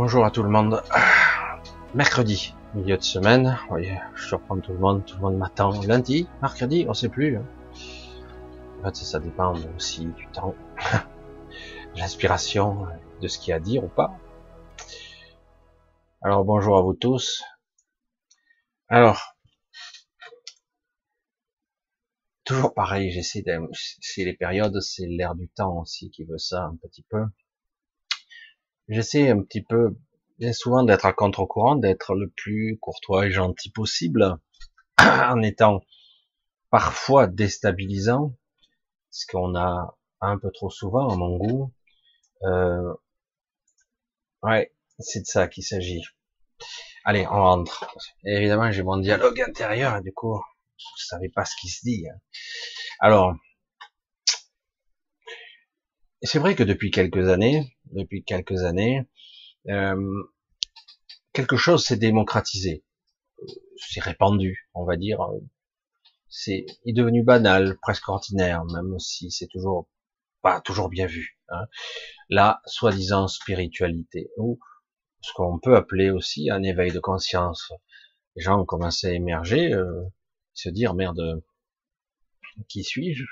Bonjour à tout le monde. Mercredi, milieu de semaine. Oui, je surprends tout le monde m'attend. Lundi, mercredi, on sait plus. En fait, ça dépend aussi du temps, de l'inspiration, de ce qu'il y a à dire ou pas. Alors bonjour à vous tous. Alors, toujours pareil, c'est les périodes, c'est l'air du temps aussi qui veut ça un petit peu. J'essaie un petit peu, bien souvent, d'être à contre-courant, d'être le plus courtois et gentil possible, en étant parfois déstabilisant, ce qu'on a un peu trop souvent à mon goût. Ouais, c'est de ça qu'il s'agit. Allez, on rentre. Et évidemment, j'ai mon dialogue intérieur, et du coup, je savais pas ce qui se dit. Alors, c'est vrai que depuis quelques années, euh, quelque chose s'est démocratisé, c'est répandu, on va dire. Est devenu banal, presque ordinaire, même si c'est toujours pas toujours bien vu. La soi-disant spiritualité, ou ce qu'on peut appeler aussi un éveil de conscience. Les gens ont commencé à émerger, se dire merde, qui suis-je,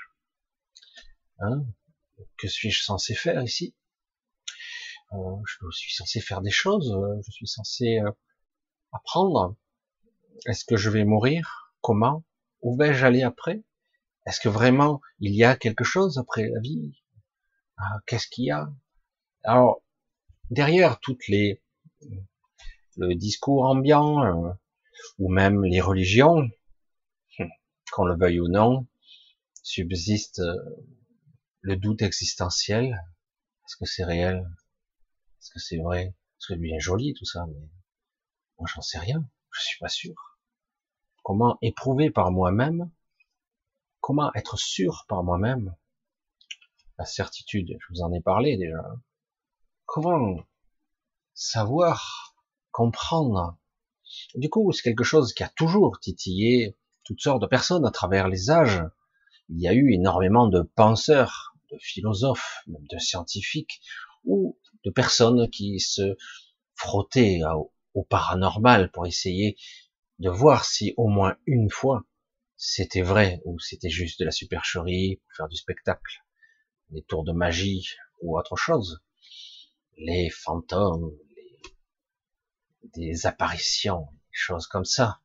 que suis-je censé faire ici? Je suis censé faire des choses, je suis censé apprendre. Est-ce que je vais mourir? Comment? Où vais-je aller après? Est-ce que vraiment il y a quelque chose après la vie? Qu'est-ce qu'il y a? Alors derrière le discours ambiant, ou même les religions, qu'on le veuille ou non, subsiste le doute existentiel. Est-ce que c'est réel? Est-ce que c'est vrai? C'est bien joli tout ça, mais moi j'en sais rien. Je suis pas sûr. Comment éprouver par moi-même? Comment être sûr par moi-même? La certitude, je vous en ai parlé déjà. Comment savoir, comprendre? Du coup, c'est quelque chose qui a toujours titillé toutes sortes de personnes à travers les âges. Il y a eu énormément de penseurs, de philosophes, même de scientifiques, ou de personnes qui se frottaient au paranormal pour essayer de voir si au moins une fois c'était vrai ou c'était juste de la supercherie pour faire du spectacle, des tours de magie ou autre chose, les fantômes, des apparitions, des choses comme ça.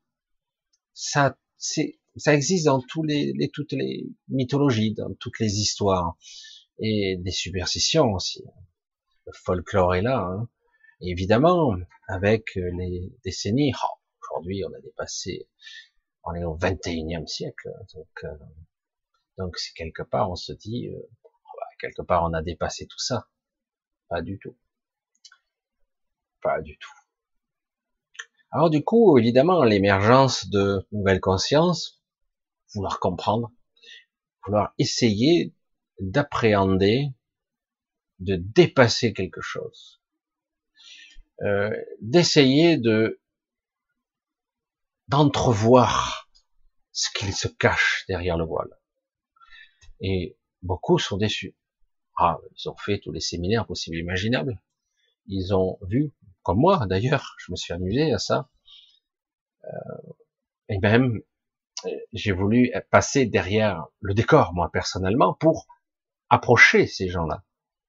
Ça existe dans toutes les mythologies, dans toutes les histoires et des superstitions aussi. Le folklore est là, Et évidemment, avec les décennies, aujourd'hui on a dépassé, on est au 21e siècle, donc c'est quelque part on se dit, quelque part on a dépassé tout ça. Pas du tout, pas du tout. Alors du coup, évidemment, l'émergence de nouvelles consciences, vouloir comprendre, vouloir essayer d'appréhender, de dépasser quelque chose, d'essayer d'entrevoir ce qu'il se cache derrière le voile. Et beaucoup sont déçus. Ils ont fait tous les séminaires possibles et imaginables. Ils ont vu, comme moi d'ailleurs, je me suis amusé à ça. Et même, j'ai voulu passer derrière le décor, moi personnellement, pour approcher ces gens-là,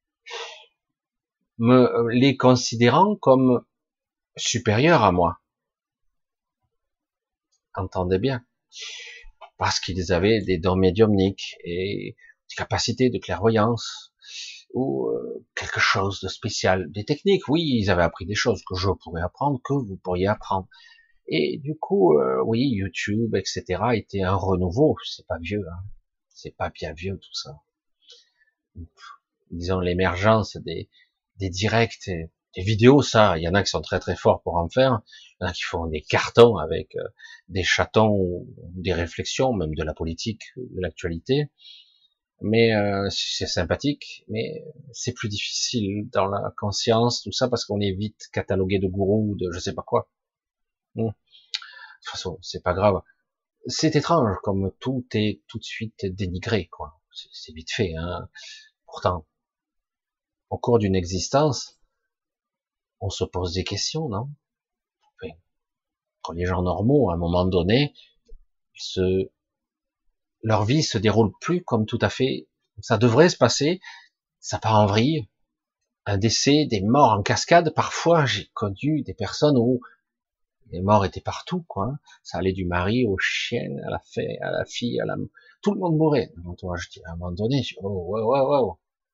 les considérant comme supérieurs à moi. Entendez bien, parce qu'ils avaient des dons médiumniques et des capacités de clairvoyance ou quelque chose de spécial, des techniques. Oui, ils avaient appris des choses que je pourrais apprendre, que vous pourriez apprendre. Et du coup, oui, YouTube, etc. était un renouveau. C'est pas vieux, c'est pas bien vieux tout ça. Disons l'émergence des directs, et des vidéos, ça, il y en a qui sont très très forts pour en faire. Il y en a qui font des cartons avec des chatons ou des réflexions, même de la politique, de l'actualité. Mais c'est sympathique, mais c'est plus difficile dans la conscience, tout ça, parce qu'on est vite catalogué de gourou, de je sais pas quoi. De toute façon, c'est pas grave. C'est étrange, comme tout est tout de suite dénigré, quoi. C'est vite fait, Pourtant, au cours d'une existence, on se pose des questions, non? Enfin, quand les gens normaux, à un moment donné, leur vie se déroule plus comme tout à fait, ça devrait se passer, ça part en vrille, un décès, des morts en cascade, parfois j'ai connu des personnes où les morts étaient partout, quoi. Ça allait du mari au chien, à la fille, tout le monde mourait. Donc, moi, je dis, à un moment donné, je dis, oh, wow.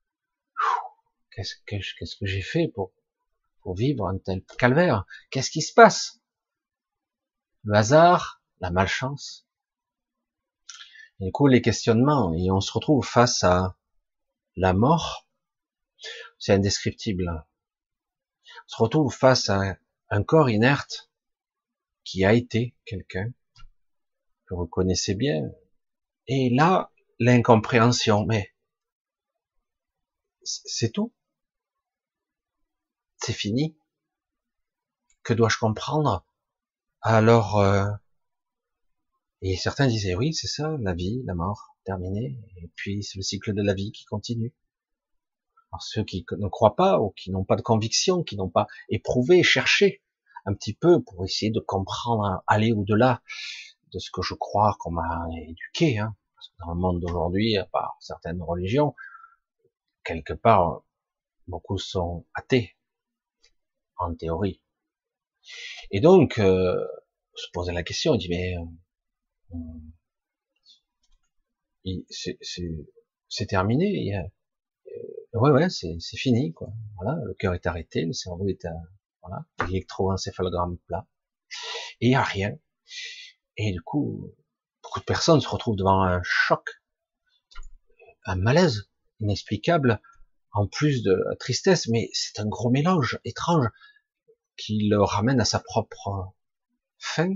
Qu'est-ce que j'ai fait pour vivre un tel calvaire? Qu'est-ce qui se passe? Le hasard, la malchance. Et du coup, les questionnements, et on se retrouve face à la mort, c'est indescriptible. On se retrouve face à un corps inerte qui a été quelqu'un que vous connaissez bien. Et là, l'incompréhension, mais c'est tout? C'est fini? Que dois-je comprendre? Alors, et certains disaient, oui, c'est ça, la vie, la mort, terminé, et puis c'est le cycle de la vie qui continue. Alors ceux qui ne croient pas, ou qui n'ont pas de conviction, qui n'ont pas éprouvé, cherché un petit peu pour essayer de comprendre, aller au-delà de ce que je crois qu'on m'a éduqué, hein. Parce que dans le monde d'aujourd'hui, à part certaines religions, quelque part, beaucoup sont athées, en théorie. Et donc, se poser la question, on dit, mais c'est terminé, ouais, c'est fini, quoi. Voilà, le cœur est arrêté, le cerveau est voilà, l'électroencéphalogramme plat, et il n'y a rien. Et du coup, beaucoup de personnes se retrouvent devant un choc, un malaise inexplicable, en plus de la tristesse, mais c'est un gros mélange étrange qui le ramène à sa propre fin.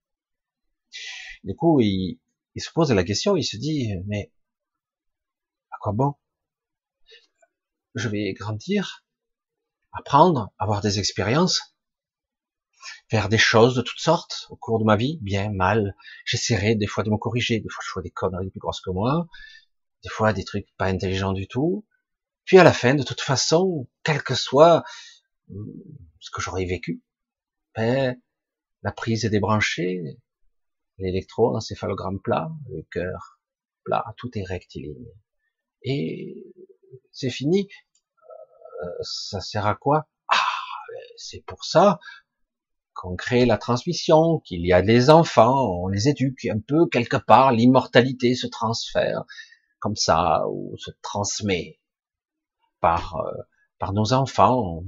Du coup, il se pose la question, il se dit, mais à quoi bon? Je vais grandir, apprendre, avoir des expériences, faire des choses de toutes sortes au cours de ma vie, bien, mal. J'essaierai des fois de me corriger, des fois je ferai des conneries plus grosses que moi, des fois des trucs pas intelligents du tout. Puis à la fin, de toute façon, quel que soit ce que j'aurais vécu, ben, la prise est débranchée, l'électroencéphalogramme plat, le cœur plat, tout est rectiligne. Et c'est fini. Ça sert à quoi? Ah, c'est pour ça qu'on crée la transmission, qu'il y a des enfants, on les éduque un peu quelque part, l'immortalité se transfère comme ça, ou se transmet par nos enfants.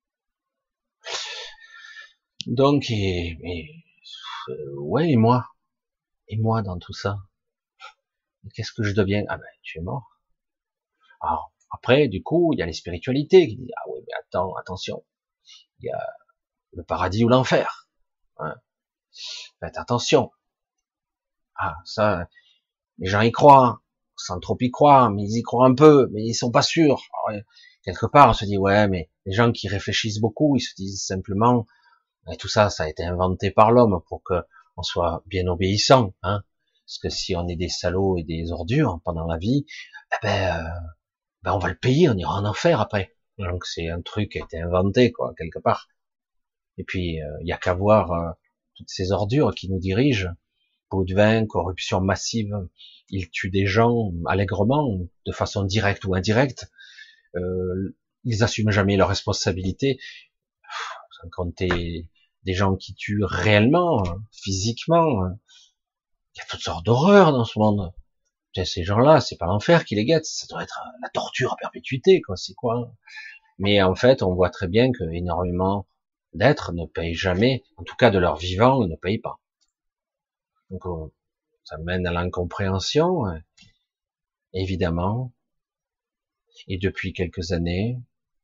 Donc, ouais, et moi dans tout ça, qu'est-ce que je deviens? Ah ben, tu es mort. Alors, après, du coup, il y a les spiritualités qui disent, ah oui, mais attends, attention, il y a le paradis ou l'enfer. Hein. Faites attention. Ah, ça, les gens y croient, sans trop y croire, mais ils y croient un peu, mais ils sont pas sûrs. Alors, quelque part, on se dit, ouais, mais les gens qui réfléchissent beaucoup, ils se disent simplement, et tout ça, ça a été inventé par l'homme pour que on soit bien obéissant, hein. Parce que si on est des salauds et des ordures pendant la vie, eh ben on va le payer, on ira en enfer après. Donc c'est un truc qui a été inventé, quoi, quelque part. Et puis, il y a qu'à voir toutes ces ordures qui nous dirigent. Pots de vin, corruption massive, ils tuent des gens allègrement, de façon directe ou indirecte. Ils assument jamais leurs responsabilités. Sans compter des gens qui tuent réellement, physiquement. Il y a toutes sortes d'horreurs dans ce monde. Ces gens-là, c'est pas l'enfer qui les guette, ça doit être la torture à perpétuité, quoi. C'est quoi? Mais en fait, on voit très bien que énormément d'êtres ne payent jamais, en tout cas de leur vivant, ne payent pas. Donc, ça mène à l'incompréhension, évidemment. Et depuis quelques années,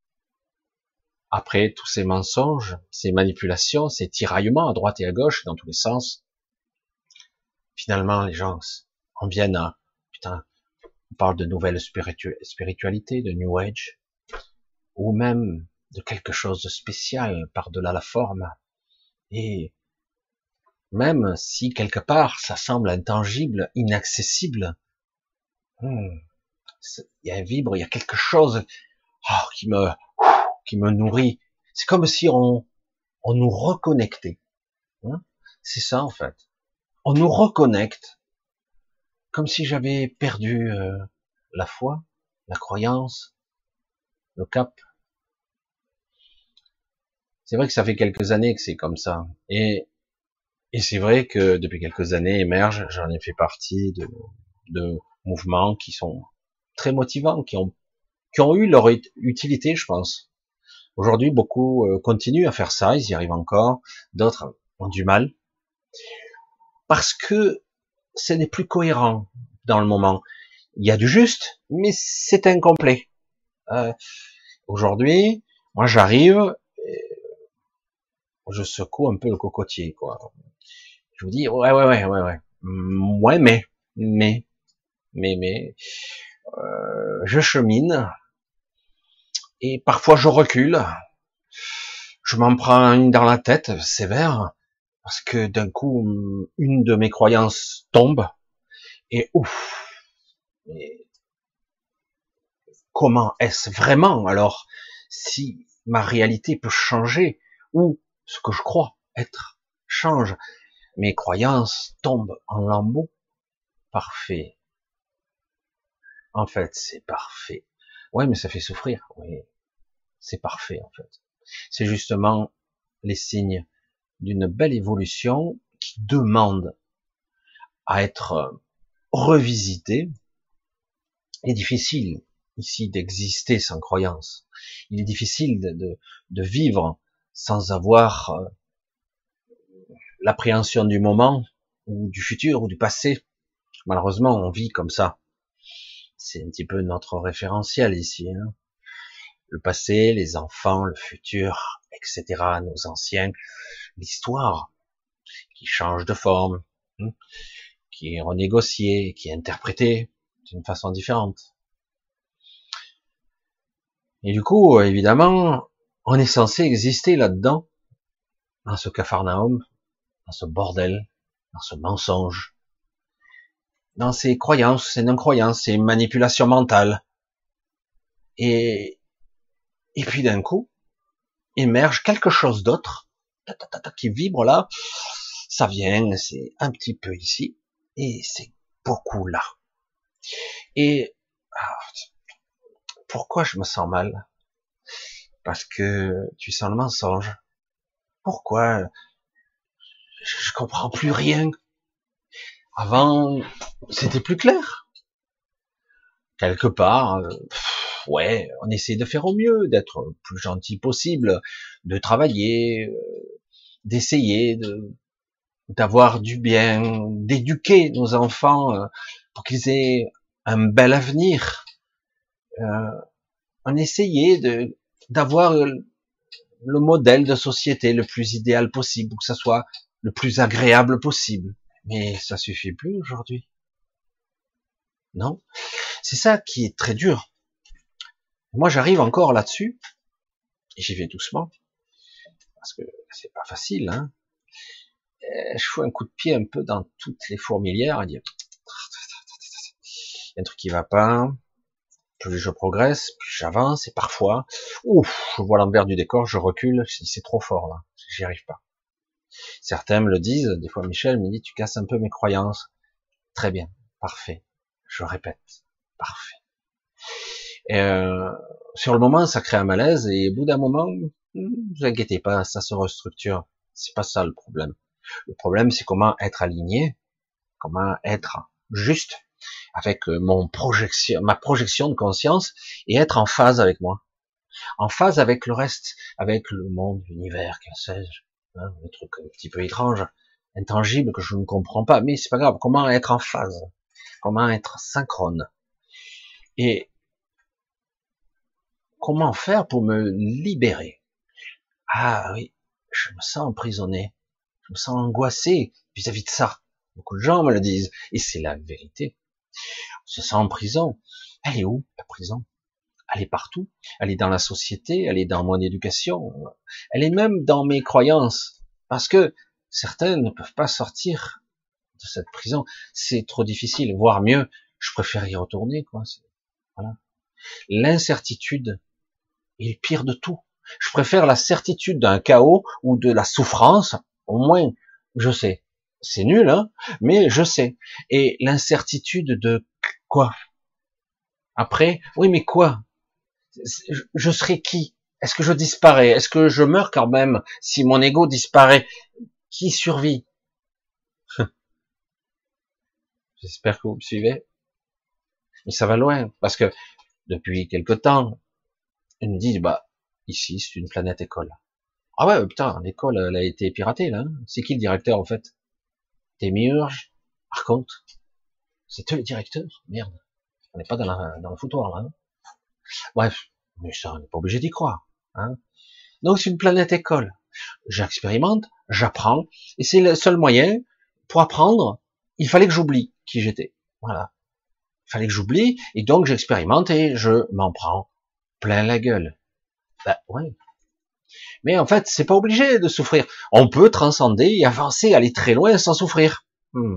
après tous ces mensonges, ces manipulations, ces tiraillements à droite et à gauche, dans tous les sens, finalement, les gens en viennent à, putain, on parle de nouvelle spiritualité, de New Age, ou même de quelque chose de spécial par-delà la forme. Et même si quelque part ça semble intangible, inaccessible, il y a un vibre, il y a quelque chose qui me nourrit. C'est comme si on nous reconnectait. Hein, c'est ça en fait. On nous reconnecte, comme si j'avais perdu la foi, la croyance, le cap. C'est vrai que ça fait quelques années que c'est comme ça. Et c'est vrai que depuis quelques années émerge, j'en ai fait partie de mouvements qui sont très motivants, qui ont eu leur utilité, je pense. Aujourd'hui, beaucoup continuent à faire ça, ils y arrivent encore. D'autres ont du mal parce que ce n'est plus cohérent dans le moment. Il y a du juste, mais c'est incomplet. Euh, Aujourd'hui, moi j'arrive, je secoue un peu le cocotier, quoi. Je vous dis, ouais. Ouais, mais, je chemine et parfois je recule. Je m'en prends une dans la tête, sévère, parce que d'un coup, une de mes croyances tombe et ouf. Mais comment est-ce vraiment alors si ma réalité peut changer ou ce que je crois être change? Mes croyances tombent en lambeaux. Parfait. En fait, c'est parfait. Ouais, mais ça fait souffrir. Oui, c'est parfait en fait. C'est justement les signes d'une belle évolution qui demande à être revisitée. Il est difficile ici d'exister sans croyance. Il est difficile de vivre sans avoir l'appréhension du moment ou du futur ou du passé. Malheureusement, on vit comme ça. C'est un petit peu notre référentiel ici. Hein. Le passé, les enfants, le futur, etc., nos anciens, l'histoire qui change de forme, hein, qui est renégociée, qui est interprétée d'une façon différente. Et du coup, évidemment, on est censé exister là-dedans, dans ce capharnaüm, dans ce bordel, dans ce mensonge, dans ces croyances, ces non-croyances, ces manipulations mentales. Et puis d'un coup, émerge quelque chose d'autre, qui vibre là, ça vient, c'est un petit peu ici, et c'est beaucoup là. Et pourquoi je me sens mal? Parce que tu sens le mensonge. Pourquoi? Je comprends plus rien. Avant, c'était plus clair. Quelque part, ouais, on essaie de faire au mieux, d'être le plus gentil possible, de travailler, d'essayer d'avoir du bien, d'éduquer nos enfants pour qu'ils aient un bel avenir. On essayait d'avoir le modèle de société le plus idéal possible, pour que ça soit le plus agréable possible. Mais ça suffit plus aujourd'hui. Non? C'est ça qui est très dur. Moi, j'arrive encore là-dessus, et j'y vais doucement, parce que c'est pas facile, hein. Je fous un coup de pied un peu dans toutes les fourmilières, et dire, il y a un truc qui va pas, plus je progresse, plus j'avance, et parfois, ouf, je vois l'envers du décor, je recule, je dis, c'est trop fort, là, j'y arrive pas. Certains me le disent, des fois Michel me dit, tu casses un peu mes croyances. Très bien, parfait, je répète, parfait. Et sur le moment, ça crée un malaise, et au bout d'un moment, ne vous inquiétez pas, ça se restructure. C'est pas ça le problème. Le problème, c'est comment être aligné, comment être juste avec ma projection de conscience et être en phase avec moi, en phase avec le reste, avec le monde, l'univers, que sais-je, hein, un truc un petit peu étrange, intangible que je ne comprends pas, mais c'est pas grave. Comment être en phase, comment être synchrone et comment faire pour me libérer. Ah oui, je me sens emprisonné, je me sens angoissé vis-à-vis de ça. Beaucoup de gens me le disent, et c'est la vérité. On se sent en prison. Elle est où, la prison? Elle est partout. Elle est dans la société, elle est dans mon éducation, elle est même dans mes croyances. Parce que certains ne peuvent pas sortir de cette prison. C'est trop difficile, voire mieux, je préfère y retourner, quoi. Voilà. L'incertitude est le pire de tout. Je préfère la certitude d'un chaos ou de la souffrance. Au moins, je sais. C'est nul, hein, mais je sais. Et l'incertitude de quoi? Après, oui, mais quoi? Je serai qui? Est-ce que je disparais? Est-ce que je meurs quand même? Si mon ego disparaît, qui survit? J'espère que vous me suivez. Mais ça va loin, parce que depuis quelque temps, ils me disent, bah, ici, c'est une planète école. Ah ouais, putain, l'école, elle a été piratée, là. C'est qui le directeur, en fait? Témiurge? Par contre, c'est eux les directeurs? Merde. On n'est pas dans le foutoir, là. Hein. Bref. Mais ça, on n'est pas obligé d'y croire. Hein. Donc, c'est une planète école. J'expérimente, j'apprends, et c'est le seul moyen pour apprendre. Il fallait que j'oublie qui j'étais. Voilà. Il fallait que j'oublie, et donc j'expérimente et je m'en prends plein la gueule. Ben ouais. Mais en fait, c'est pas obligé de souffrir. On peut transcender et avancer, aller très loin sans souffrir.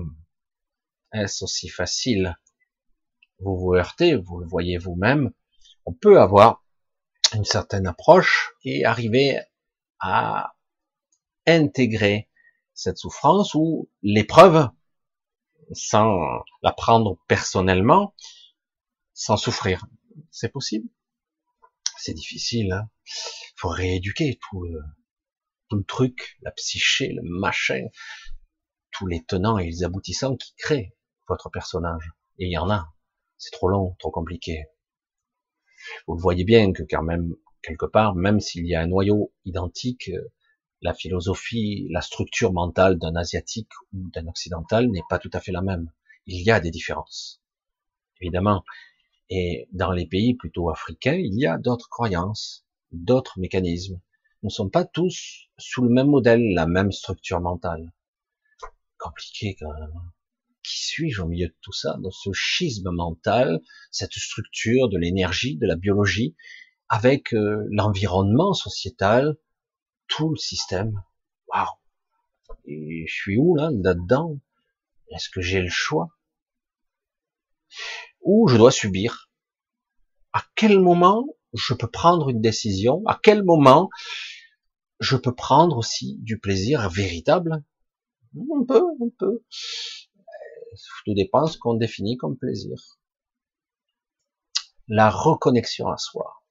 Est-ce aussi facile? Vous vous heurtez, vous le voyez vous-même. On peut avoir une certaine approche et arriver à intégrer cette souffrance ou l'épreuve sans la prendre personnellement, sans souffrir. C'est possible. C'est difficile. Hein. Faut rééduquer tout le truc, la psyché, le machin, tous les tenants et les aboutissants qui créent votre personnage. Et il y en a. C'est trop long, trop compliqué. Vous le voyez bien que quand même, quelque part, même s'il y a un noyau identique, la philosophie, la structure mentale d'un asiatique ou d'un occidental n'est pas tout à fait la même. Il y a des différences, évidemment. Et dans les pays plutôt africains, il y a d'autres croyances, d'autres mécanismes. Nous ne sommes pas tous sous le même modèle, la même structure mentale. Compliqué quand même. Qui suis-je au milieu de tout ça, dans ce schisme mental, cette structure de l'énergie, de la biologie, avec l'environnement sociétal, tout le système. Waouh! Et je suis où là-dedans? Est-ce que j'ai le choix? Ou je dois subir? À quel moment je peux prendre une décision? À quel moment je peux prendre aussi du plaisir véritable? On peut, on peut. Tout dépend de ce qu'on définit comme plaisir. La reconnexion à soi.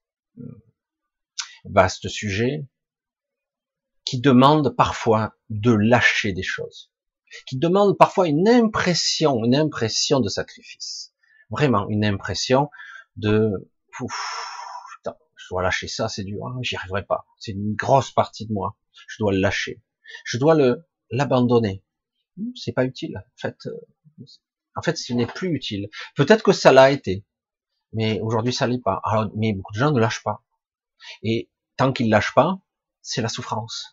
Vaste sujet qui demande parfois de lâcher des choses, qui demande parfois une impression de sacrifice. Vraiment, une impression de, putain, je dois lâcher ça, c'est dur, hein, j'y arriverai pas. C'est une grosse partie de moi. Je dois le lâcher. Je dois l'abandonner. C'est pas utile. En fait, ce n'est plus utile. Peut-être que ça l'a été, mais aujourd'hui ça l'est pas. Alors, mais beaucoup de gens ne lâchent pas. Et tant qu'ils lâchent pas, c'est la souffrance.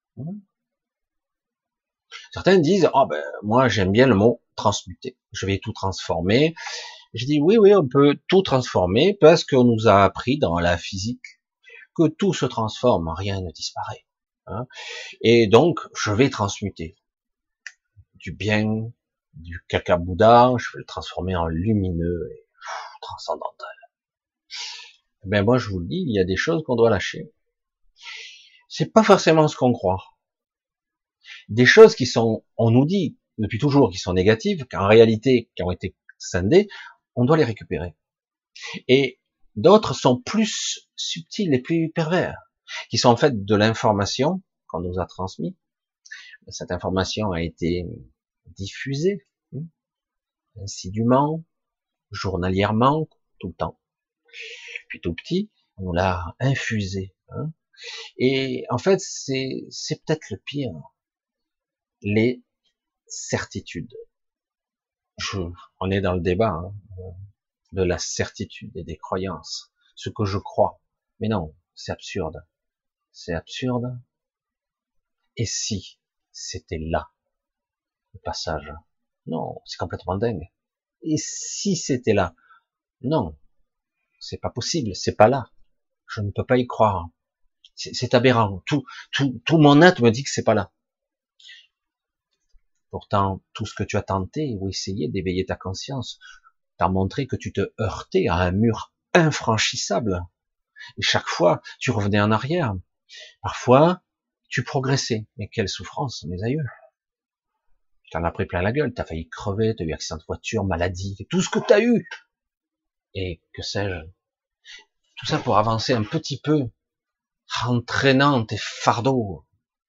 Certains disent, oh ben, moi j'aime bien le mot transmuter. Je vais tout transformer. Je dis oui, oui, on peut tout transformer parce qu'on nous a appris dans la physique que tout se transforme, rien ne disparaît. Hein. Et donc, je vais transmuter du bien, du caca bouddha, je vais le transformer en lumineux et transcendantal. Ben moi, je vous le dis, il y a des choses qu'on doit lâcher. C'est pas forcément ce qu'on croit. Des choses qui sont, on nous dit depuis toujours, qui sont négatives, qu'en réalité, qui ont été scindées, on doit les récupérer. Et d'autres sont plus subtils et plus pervers, qui sont en fait de l'information qu'on nous a transmise. Cette information a été diffusée, insidieusement, journalièrement, tout le temps. Puis tout petit, on l'a infusée. Hein. Et en fait, c'est peut-être le pire. Les certitudes. On est dans le débat hein, de la certitude et des croyances, ce que je crois. Mais non, c'est absurde. C'est absurde. Et si c'était là, le passage? Non, c'est complètement dingue. Et si c'était là? Non, c'est pas possible, c'est pas là. Je ne peux pas y croire. C'est aberrant. Tout mon être me dit que c'est pas là. Pourtant, tout ce que tu as tenté ou essayé d'éveiller ta conscience t'a montré que tu te heurtais à un mur infranchissable. Et chaque fois, tu revenais en arrière. Parfois, tu progressais. Mais quelle souffrance, mes aïeux. Tu t'en as pris plein la gueule, t'as failli crever, t'as eu accident de voiture, maladie, tout ce que t'as eu. Et que sais-je. Tout ça pour avancer un petit peu, entraînant tes fardeaux.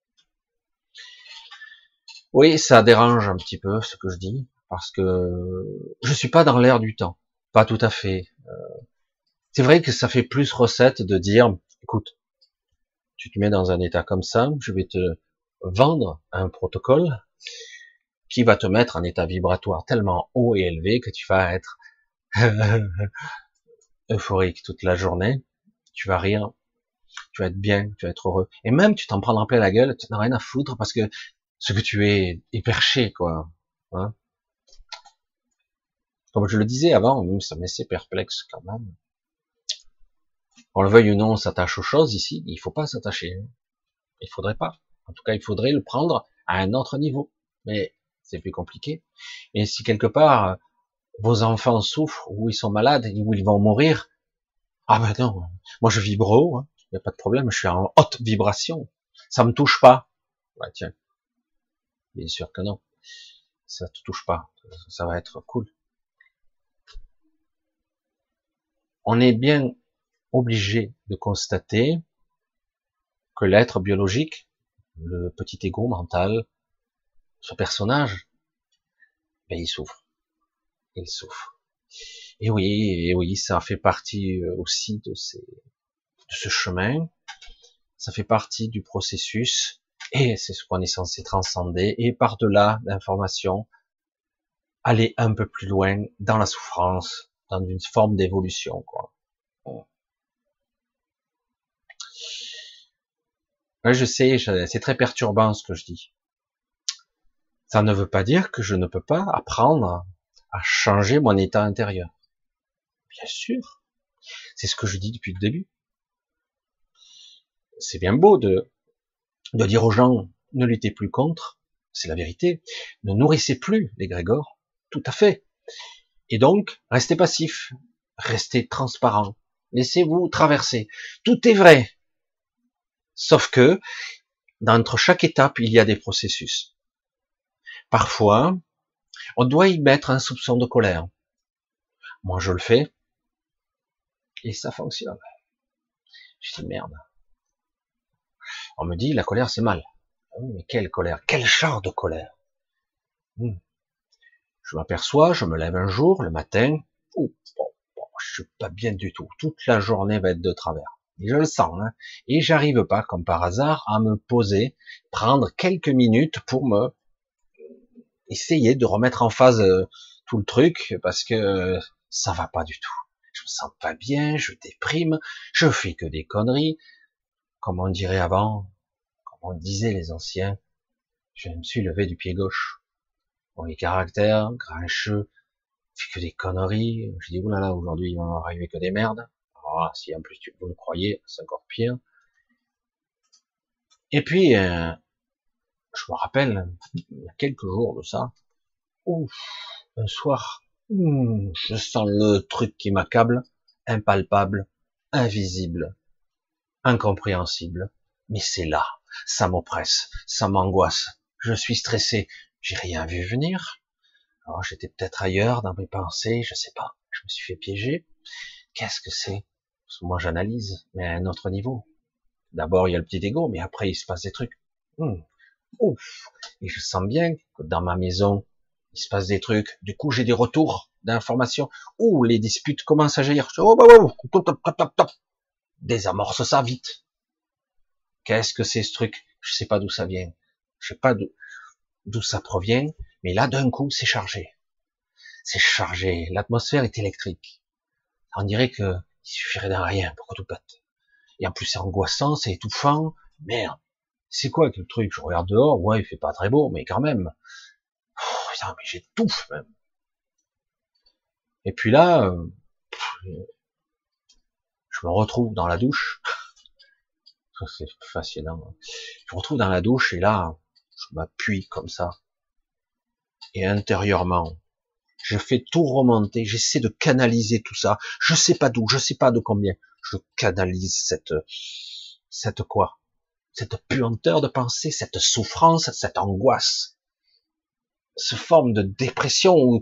Oui, ça dérange un petit peu ce que je dis, parce que je suis pas dans l'air du temps. Pas tout à fait. C'est vrai que ça fait plus recette de dire, écoute, tu te mets dans un état comme ça, je vais te vendre un protocole qui va te mettre en état vibratoire tellement haut et élevé que tu vas être euphorique toute la journée, tu vas rire, tu vas être bien, tu vas être heureux. Et même, tu t'en prendras plein la gueule, tu n'as rien à foutre parce que ce que tu es perché, quoi. Hein, comme je le disais avant, même ça me laissait perplexe quand même. On le veuille ou non, on s'attache aux choses ici, il faut pas s'attacher. Il faudrait pas. En tout cas, il faudrait le prendre à un autre niveau. Mais c'est plus compliqué. Et si quelque part, vos enfants souffrent, ou ils sont malades, ou ils vont mourir, ah ben non, moi je vibre haut, il n'y a pas de problème, je suis en haute vibration. Ça me touche pas. Ouais, tiens, bien sûr que non. Ça te touche pas. Ça va être cool. On est bien obligé de constater que l'être biologique, le petit ego mental, ce personnage, ben il souffre. Il souffre. Et oui, ça fait partie aussi de ce chemin. Ça fait partie du processus. Et c'est ce qu'on est censé transcender. Et par-delà l'information, aller un peu plus loin dans la souffrance, dans une forme d'évolution, quoi. Ouais, je sais, c'est très perturbant ce que je dis. Ça ne veut pas dire que je ne peux pas apprendre à changer mon état intérieur. Bien sûr. C'est ce que je dis depuis le début. C'est bien beau de dire aux gens, ne luttez plus contre, c'est la vérité. Ne nourrissez plus les grégores. Tout à fait. Et donc, restez passif. Restez transparent. Laissez-vous traverser. Tout est vrai. Sauf que, entre chaque étape, il y a des processus. Parfois, on doit y mettre un soupçon de colère. Moi, je le fais. Et ça fonctionne. Je dis merde. On me dit, la colère, c'est mal. Oui, mais quelle colère? Quel genre de colère? Je m'aperçois, je me lève un jour, le matin, je suis pas bien du tout. Toute la journée va être de travers. Et je le sens, hein. Et j'arrive pas, comme par hasard, à me poser, prendre quelques minutes pour me essayer de remettre en phase tout le truc, parce que ça va pas du tout. Je me sens pas bien, je déprime, je fais que des conneries. Comme on dirait avant, comme on disait les anciens, je me suis levé du pied gauche. Bon, les caractères, grincheux, fait que des conneries. Je dis, oulala, aujourd'hui, il va m'arriver que des merdes. Ah, si en plus vous le croyez, c'est encore pire. Et puis, je me rappelle, il y a quelques jours de ça, ouf, un soir, je sens le truc qui m'accable, impalpable, invisible, incompréhensible, mais c'est là, ça m'oppresse, ça m'angoisse, je suis stressé, j'ai rien vu venir. Alors j'étais peut-être ailleurs dans mes pensées, je sais pas, je me suis fait piéger. Qu'est-ce que c'est? Parce que moi j'analyse, mais à un autre niveau. D'abord il y a le petit ego, mais après il se passe des trucs. Ouf. Et je sens bien que dans ma maison, il se passe des trucs. Du coup j'ai des retours d'informations. Ouh, les disputes commencent à jaillir. Oh, désamorce ça vite. Qu'est-ce que c'est ce truc? Je sais pas d'où ça vient. Je sais pas d'où ça provient. Mais là d'un coup c'est chargé. C'est chargé. L'atmosphère est électrique. On dirait que il suffirait d'un rien pour que tout pète. Et en plus, c'est angoissant, c'est étouffant. Merde. C'est quoi que le truc? Je regarde dehors. Ouais, il fait pas très beau, mais quand même. Oh, putain, mais j'étouffe, même. Et puis là, je me retrouve dans la douche. Ça, c'est fascinant. Je me retrouve dans la douche et là, je m'appuie comme ça. Et intérieurement, je fais tout remonter. J'essaie de canaliser tout ça. Je sais pas d'où, je sais pas de combien. je canalise cette quoi? Cette puanteur de pensée, cette souffrance, cette angoisse, cette forme de dépression ou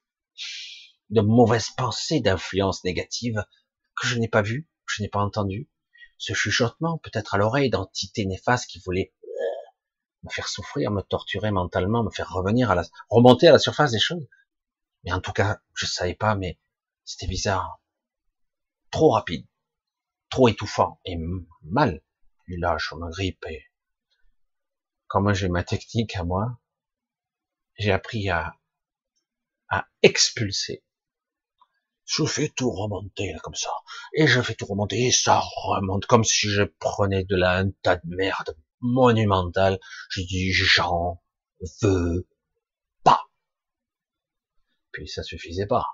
de mauvaise pensée, d'influence négative que je n'ai pas vue, que je n'ai pas entendue. Ce chuchotement, peut-être à l'oreille, d'entités néfastes qui voulaient me faire souffrir, me torturer mentalement, me faire remonter à la surface des choses. Mais en tout cas, je savais pas, mais c'était bizarre. Trop rapide, trop étouffant et mal. Et là, je me grippe et comme moi j'ai ma technique à moi, j'ai appris à expulser. Je fais tout remonter là, comme ça. Et je fais tout remonter et ça remonte comme si je prenais un tas de merde monumental. Je dis j'en veux pas. Puis ça suffisait pas.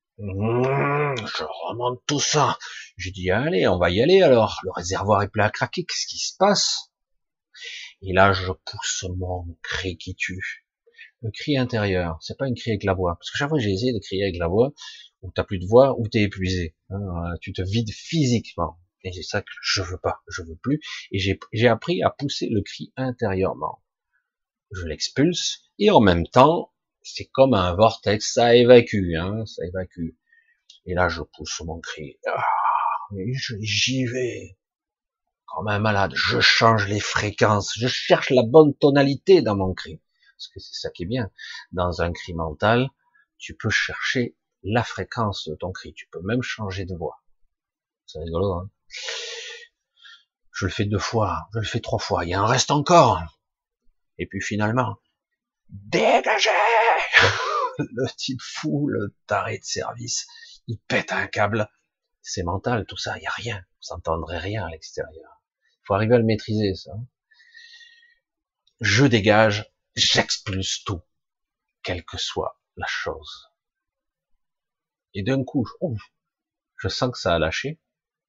Je remonte tout ça. J'ai dit allez, on va y aller alors. Le réservoir est plein à craquer. Qu'est-ce qui se passe? Et là, je pousse mon cri qui tue. Le cri intérieur. C'est pas une cri avec la voix. Parce que chaque fois que j'ai essayé de crier avec la voix, où t'as plus de voix, où t'es épuisé. Tu te vides physiquement. Et c'est ça que je veux pas. Je veux plus. Et j'ai appris à pousser le cri intérieurement. Je l'expulse. Et en même temps, c'est comme un vortex. Ça évacue, ça évacue. Et là, je pousse mon cri. J'y vais. Comme un malade. Je change les fréquences. Je cherche la bonne tonalité dans mon cri. Parce que c'est ça qui est bien. Dans un cri mental, tu peux chercher la fréquence de ton cri. Tu peux même changer de voix. C'est rigolo, hein. Je le fais 2 fois. Je le fais 3 fois. Il en reste encore. Et puis finalement, dégagez! Le type fou, le taré de service, il pète un câble. C'est mental, tout ça, il n'y a rien. Vous n'entendrez rien à l'extérieur. Il faut arriver à le maîtriser, ça. Je dégage, j'expulse tout, quelle que soit la chose. Et d'un coup, je sens que ça a lâché.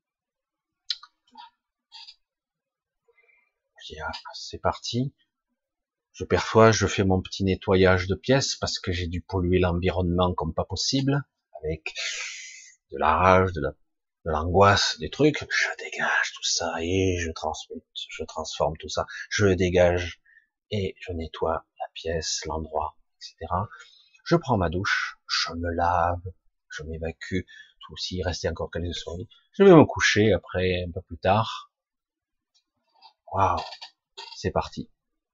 Je dis, c'est parti. Je fais mon petit nettoyage de pièces parce que j'ai dû polluer l'environnement comme pas possible, avec de la rage, de l'angoisse, des trucs. Je dégage tout ça et je transforme tout ça. Je dégage et je nettoie la pièce, l'endroit, etc. Je prends ma douche, je me lave, je m'évacue, tout s'il restait encore quelques souris. Je vais me coucher après, un peu plus tard. Waouh, c'est parti.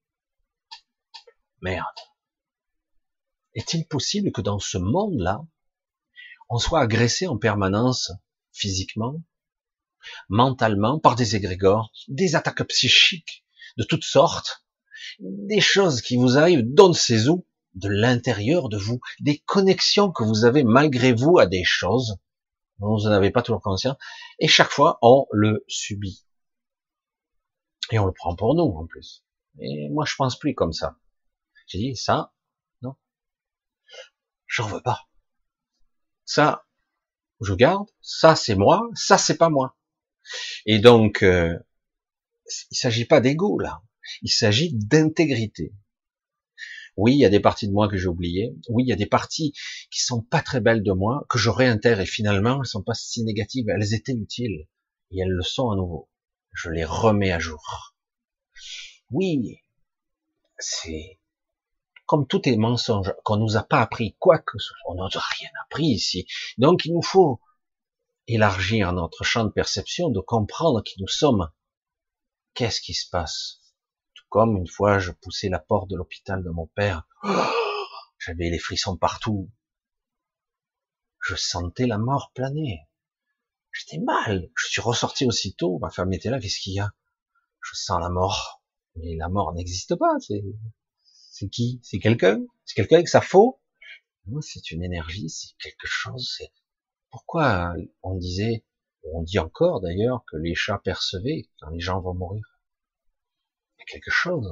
Merde. Est-il possible que dans ce monde-là, on soit agressé en permanence, physiquement, mentalement, par des égrégores, des attaques psychiques de toutes sortes, des choses qui vous arrivent d'on ne sait où, de l'intérieur de vous, des connexions que vous avez malgré vous à des choses dont vous n'avez pas toujours conscience, et chaque fois, on le subit. Et on le prend pour nous, en plus. Et moi, je pense plus comme ça. J'ai dit, ça, non, j'en veux pas. Ça, je garde, ça c'est moi, ça c'est pas moi. Et donc, il s'agit pas d'ego là, il s'agit d'intégrité. Oui, il y a des parties de moi que j'ai oubliées. Oui, il y a des parties qui sont pas très belles de moi que je réintègre et finalement elles sont pas si négatives, elles étaient utiles et elles le sont à nouveau. Je les remets à jour. Oui, c'est comme tout est mensonge qu'on nous a pas appris quoi que ce soit. On n'a rien appris ici. Donc il nous faut élargir notre champ de perception, de comprendre qui nous sommes. Qu'est-ce qui se passe? Tout comme une fois, je poussais la porte de l'hôpital de mon père. J'avais les frissons partout. Je sentais la mort planer. J'étais mal. Je suis ressorti aussitôt. Ma femme était là. Qu'est-ce qu'il y a? Je sens la mort. Mais la mort n'existe pas. C'est qui? C'est quelqu'un? C'est quelqu'un avec sa faux? Non, c'est une énergie. C'est quelque chose. Pourquoi on disait, on dit encore d'ailleurs, que les chats percevaient quand les gens vont mourir? Il y a quelque chose.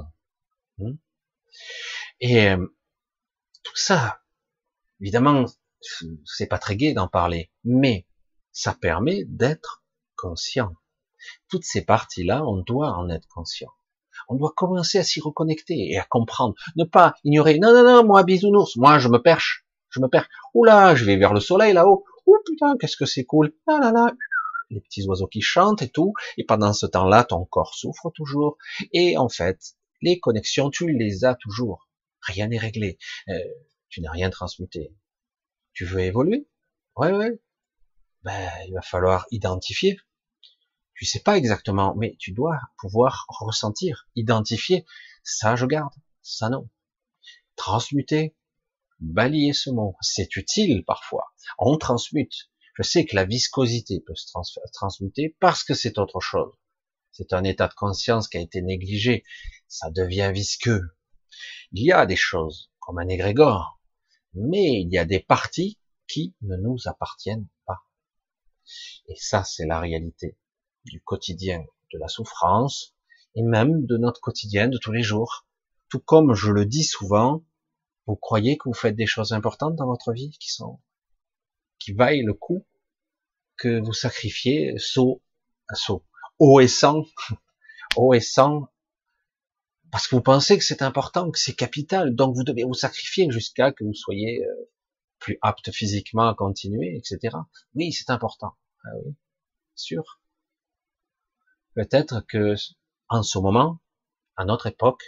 Et tout ça, évidemment, c'est pas très gai d'en parler, mais ça permet d'être conscient. Toutes ces parties-là, on doit en être conscient. On doit commencer à s'y reconnecter et à comprendre. Ne pas ignorer. Non, non, non, moi, bisounours, moi, je me perche. Oula, je vais vers le soleil là-haut. Oh putain, qu'est-ce que c'est cool. Là, là, là. les petits oiseaux qui chantent et tout, et pendant ce temps-là, ton corps souffre toujours, et en fait, les connexions, tu les as toujours. Rien n'est réglé. Tu n'as rien transmuté. Tu veux évoluer? Ouais, ouais. Ben, il va falloir identifier. Tu sais pas exactement, mais tu dois pouvoir ressentir, identifier. Ça, je garde. Ça, non. Transmuter. Balayer ce mot. C'est utile parfois. On transmute. Je sais que la viscosité peut se transmuter parce que c'est autre chose. C'est un état de conscience qui a été négligé. Ça devient visqueux. Il y a des choses comme un égrégore, mais il y a des parties qui ne nous appartiennent pas. Et ça, c'est la réalité du quotidien, de la souffrance, et même de notre quotidien de tous les jours. Tout comme je le dis souvent, vous croyez que vous faites des choses importantes dans votre vie qui vaillent le coup que vous sacrifiez saut à saut, haut et sans, haut et sans, parce que vous pensez que c'est important, que c'est capital, donc vous devez vous sacrifier jusqu'à que vous soyez plus apte physiquement à continuer, etc. Oui, c'est important. Ah oui, sûr. Peut-être que en ce moment, à notre époque,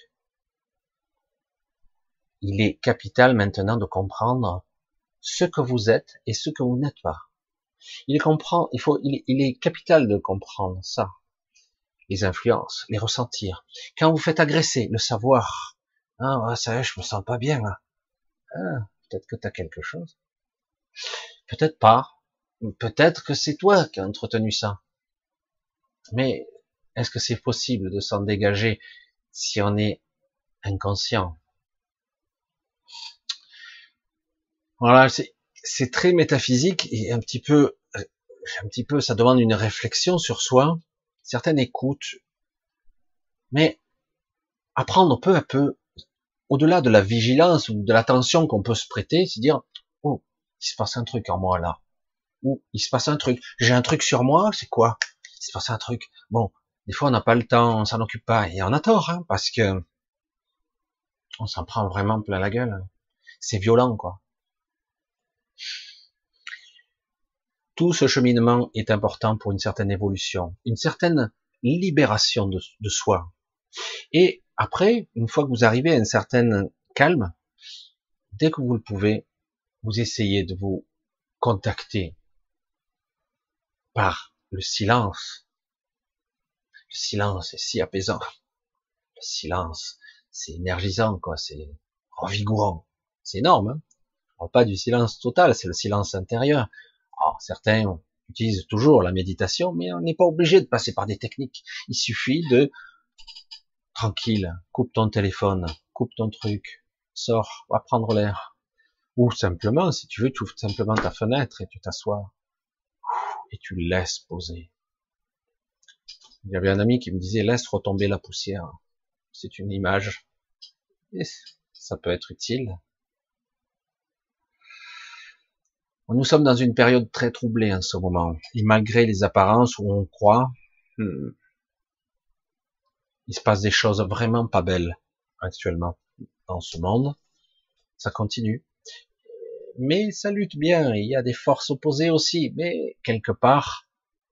il est capital maintenant de comprendre ce que vous êtes et ce que vous n'êtes pas. Il est capital de comprendre ça, les influences, les ressentir. Quand vous faites agresser, le savoir. Ah, ouais, ça y est, je me sens pas bien là. Ah, peut-être que tu as quelque chose. Peut-être pas. Peut-être que c'est toi qui as entretenu ça. Mais est-ce que c'est possible de s'en dégager si on est inconscient? Voilà, c'est très métaphysique et un petit peu, ça demande une réflexion sur soi, certaines écoutes, mais apprendre peu à peu, au-delà de la vigilance ou de l'attention qu'on peut se prêter, c'est dire, oh, il se passe un truc en moi là, ou il se passe un truc, j'ai un truc sur moi, c'est quoi? Il se passe un truc. Bon, des fois on n'a pas le temps, on s'en occupe pas, et on a tort, hein, parce que on s'en prend vraiment plein la gueule. C'est violent, quoi. Tout ce cheminement est important pour une certaine évolution, une certaine libération de soi. Et après, une fois que vous arrivez à un certain calme, dès que vous le pouvez, vous essayez de vous contacter par le silence. Le silence est si apaisant. Le silence, c'est énergisant, quoi. C'est revigorant. C'est énorme, hein. On parle pas du silence total, c'est le silence intérieur. Alors, certains utilisent toujours la méditation, mais on n'est pas obligé de passer par des techniques. Il suffit de tranquille, coupe ton téléphone, coupe ton truc, sors, va prendre l'air. Ou simplement, si tu veux, tu ouvres simplement ta fenêtre et tu t'assois et tu laisses poser. Il y avait un ami qui me disait laisse retomber la poussière. C'est une image. Et ça peut être utile. Nous sommes dans une période très troublée en ce moment. Et malgré les apparences où on croit, il se passe des choses vraiment pas belles actuellement dans ce monde. Ça continue. Mais ça lutte bien. Il y a des forces opposées aussi. Mais quelque part,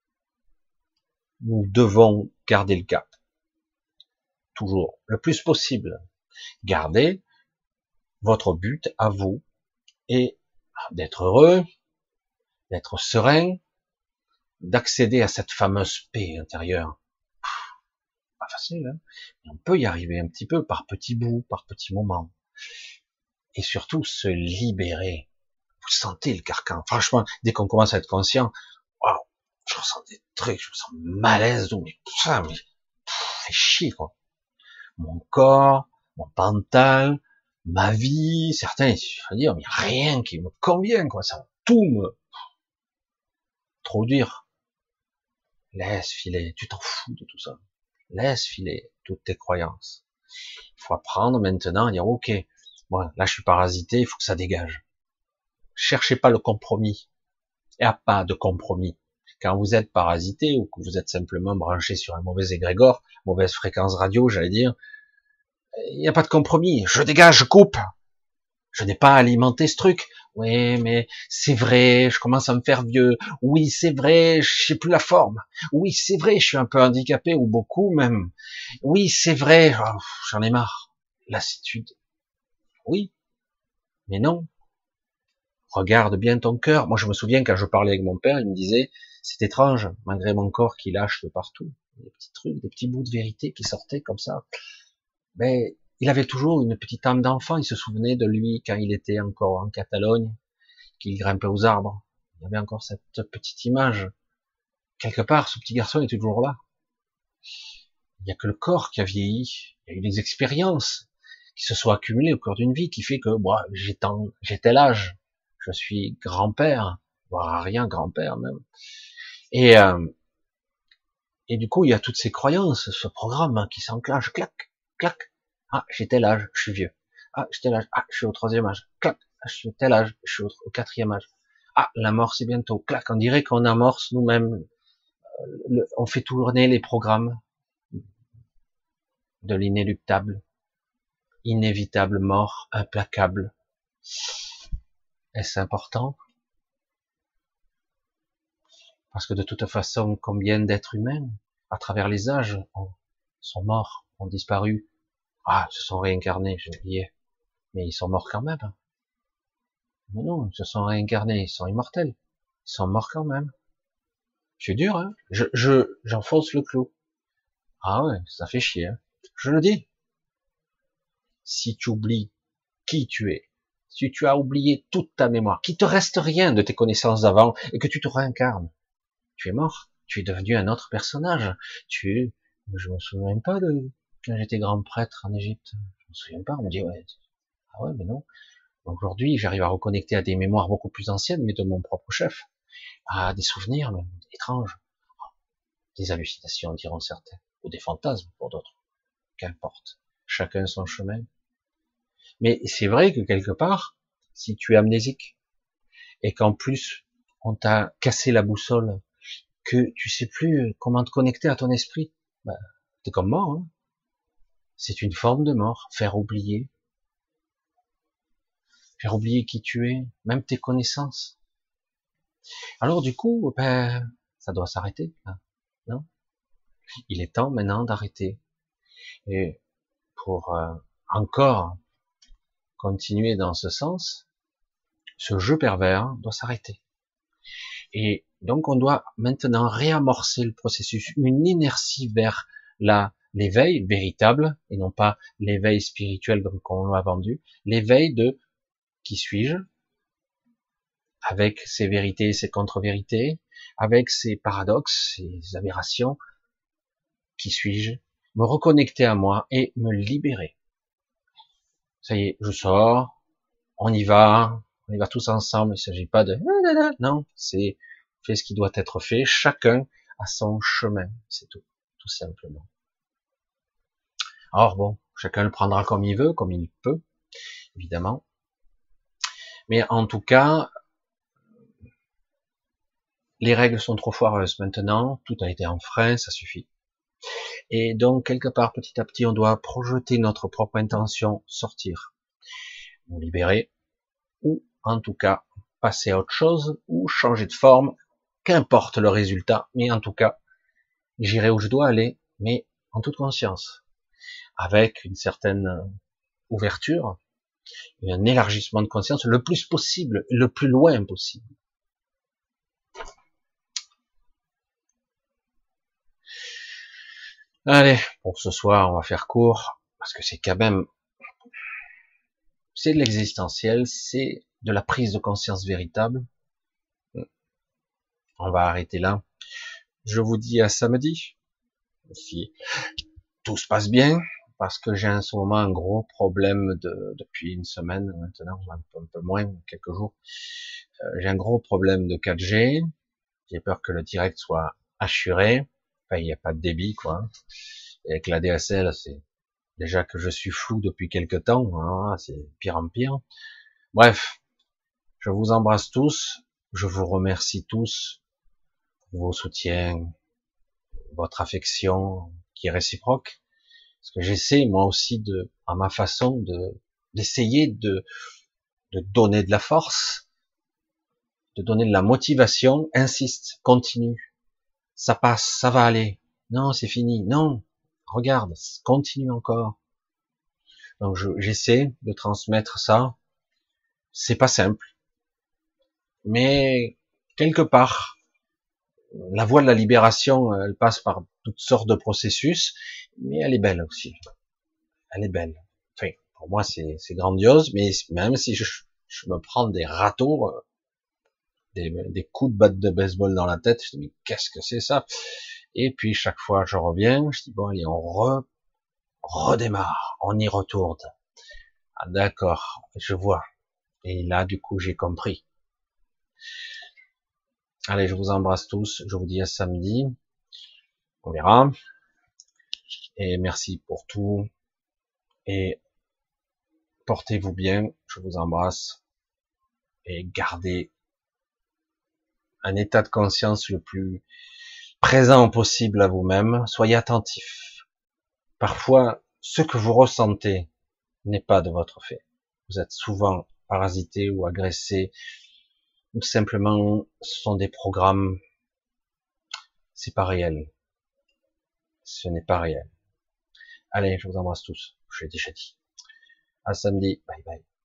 nous devons garder le cap. Toujours. Le plus possible. Gardez votre but à vous et d'être heureux, d'être serein, d'accéder à cette fameuse paix intérieure. Pas facile, hein, mais on peut y arriver un petit peu par petits bouts, par petits moments. Et surtout se libérer. Vous sentez le carcan. Franchement, dès qu'on commence à être conscient, waouh, je ressens des trucs, je me sens malaise, mais ça, mais fait chier, quoi. Mon corps, mon mental, ma vie, certains, je veux dire, mais rien qui me convient, quoi, ça, tout me, trop dur. Laisse filer, tu t'en fous de tout ça. Laisse filer toutes tes croyances. Il faut apprendre maintenant à dire, ok, bon, là je suis parasité, il faut que ça dégage. Cherchez pas le compromis. Il n'y a pas de compromis. Quand vous êtes parasité ou que vous êtes simplement branché sur un mauvais égrégore, mauvaise fréquence radio, j'allais dire, il n'y a pas de compromis. Je dégage, je coupe. Je n'ai pas alimenté ce truc. Oui, mais c'est vrai, je commence à me faire vieux. Oui, c'est vrai, je sais plus la forme. Oui, c'est vrai, je suis un peu handicapé, ou beaucoup même. Oui, c'est vrai, oh, j'en ai marre. Lassitude. Oui, mais non. Regarde bien ton cœur. Moi, je me souviens quand je parlais avec mon père, il me disait, c'est étrange, malgré mon corps qui lâche de partout. Des petits trucs, des petits bouts de vérité qui sortaient comme ça. Mais il avait toujours une petite âme d'enfant. Il se souvenait de lui quand il était encore en Catalogne, qu'il grimpait aux arbres. Il y avait encore cette petite image. Quelque part, ce petit garçon est toujours là. Il n'y a que le corps qui a vieilli. Il y a eu des expériences qui se sont accumulées au cours d'une vie qui fait que moi, j'ai tel âge. Je suis grand-père, voire rien grand-père même. Et, euh, et du coup, il y a toutes ces croyances, ce programme qui s'enclenche, clac, clac. Ah, j'ai tel âge, je suis vieux. Ah, j'ai tel âge, ah, je suis au troisième âge, clac. Ah, je suis au tel âge, je suis au quatrième âge. Ah, la mort c'est bientôt, clac. On dirait qu'on amorce nous-mêmes, on fait tourner les programmes de l'inéluctable, inévitable mort, implacable. Est-ce important? Parce que de toute façon, combien d'êtres humains, à travers les âges, sont morts, ont disparu. Ah, se sont réincarnés, j'ai oublié. Mais ils sont morts quand même. Mais non, ils se sont réincarnés, ils sont immortels. Ils sont morts quand même. C'est dur, hein. J'enfonce le clou. Ah ouais, ça fait chier, hein. Je le dis. Si tu oublies qui tu es, si tu as oublié toute ta mémoire, qu'il te reste rien de tes connaissances d'avant et que tu te réincarnes, tu es mort. Tu es devenu un autre personnage. Je me souviens pas de quand j'étais grand prêtre en Égypte. Je me souviens pas. On me dit ouais, ah ouais, mais non. Aujourd'hui, j'arrive à reconnecter à des mémoires beaucoup plus anciennes, mais de mon propre chef, à des souvenirs même étranges, des hallucinations, diront certains, ou des fantasmes pour d'autres. Qu'importe. Chacun son chemin. Mais c'est vrai que quelque part, si tu es amnésique, et qu'en plus, on t'a cassé la boussole, que tu sais plus comment te connecter à ton esprit, bah, t'es comme mort, hein. C'est une forme de mort. Faire oublier qui tu es, même tes connaissances. Alors du coup, ben, ça doit s'arrêter, là, non? Il est temps maintenant d'arrêter. Et pour encore continuer dans ce sens, ce jeu pervers doit s'arrêter. Et donc on doit maintenant réamorcer le processus, une inertie vers l'éveil véritable, et non pas l'éveil spirituel comme on l'a vendu, l'éveil de qui suis-je, avec ses vérités et ses contre-vérités, avec ses paradoxes, ses aberrations, qui suis-je, me reconnecter à moi et me libérer. Ça y est, je sors, on y va tous ensemble, il ne s'agit pas de non, c'est fait ce qui doit être fait, chacun a son chemin, c'est tout simplement. Alors bon, chacun le prendra comme il veut, comme il peut, évidemment. Mais en tout cas, les règles sont trop foireuses maintenant, tout a été enfreint, ça suffit. Et donc, quelque part, petit à petit, on doit projeter notre propre intention, sortir, nous libérer, ou en tout cas, passer à autre chose, ou changer de forme, qu'importe le résultat, mais en tout cas, j'irai où je dois aller, mais en toute conscience, avec une certaine ouverture, un élargissement de conscience le plus possible, le plus loin possible. Allez, pour ce soir, on va faire court, parce que c'est quand même, c'est de l'existentiel, c'est de la prise de conscience véritable. On va arrêter là. Je vous dis à samedi, si tout se passe bien, parce que j'ai en ce moment un gros problème depuis une semaine maintenant, un peu moins, quelques jours. J'ai un gros problème de 4G. J'ai peur que le direct soit assuré. Enfin, il n'y a pas de débit, quoi. Et avec la DSL, c'est déjà que je suis flou depuis quelque temps. Hein, c'est pire en pire. Bref, je vous embrasse tous. Je vous remercie tous pour vos soutiens, votre affection qui est réciproque. Parce que j'essaie moi aussi à ma façon d'essayer de donner de la force, de donner de la motivation. Insiste, continue, ça passe, ça va aller. Non, c'est fini. Non, regarde, continue encore. Donc j'essaie de transmettre ça. C'est pas simple, mais quelque part, la voie de la libération, elle passe par toutes sortes de processus, mais elle est belle aussi. Elle est belle. Enfin, pour moi, c'est grandiose, mais même si je me prends des râteaux, des coups de batte de baseball dans la tête, je me dis, mais qu'est-ce que c'est ça? Et puis, chaque fois, je reviens, je dis, bon, allez, on redémarre, on y retourne. Ah, d'accord, je vois. Et là, du coup, j'ai compris. Allez, je vous embrasse tous, je vous dis à samedi, on verra. Et merci pour tout. Et portez-vous bien, je vous embrasse. Et gardez un état de conscience le plus présent possible à vous-même. Soyez attentif. Parfois, ce que vous ressentez n'est pas de votre fait. Vous êtes souvent parasité ou agressé, ou simplement, ce sont des programmes. C'est pas réel. Ce n'est pas réel. Allez, je vous embrasse tous. Je l'ai déjà dit. À samedi. Bye bye.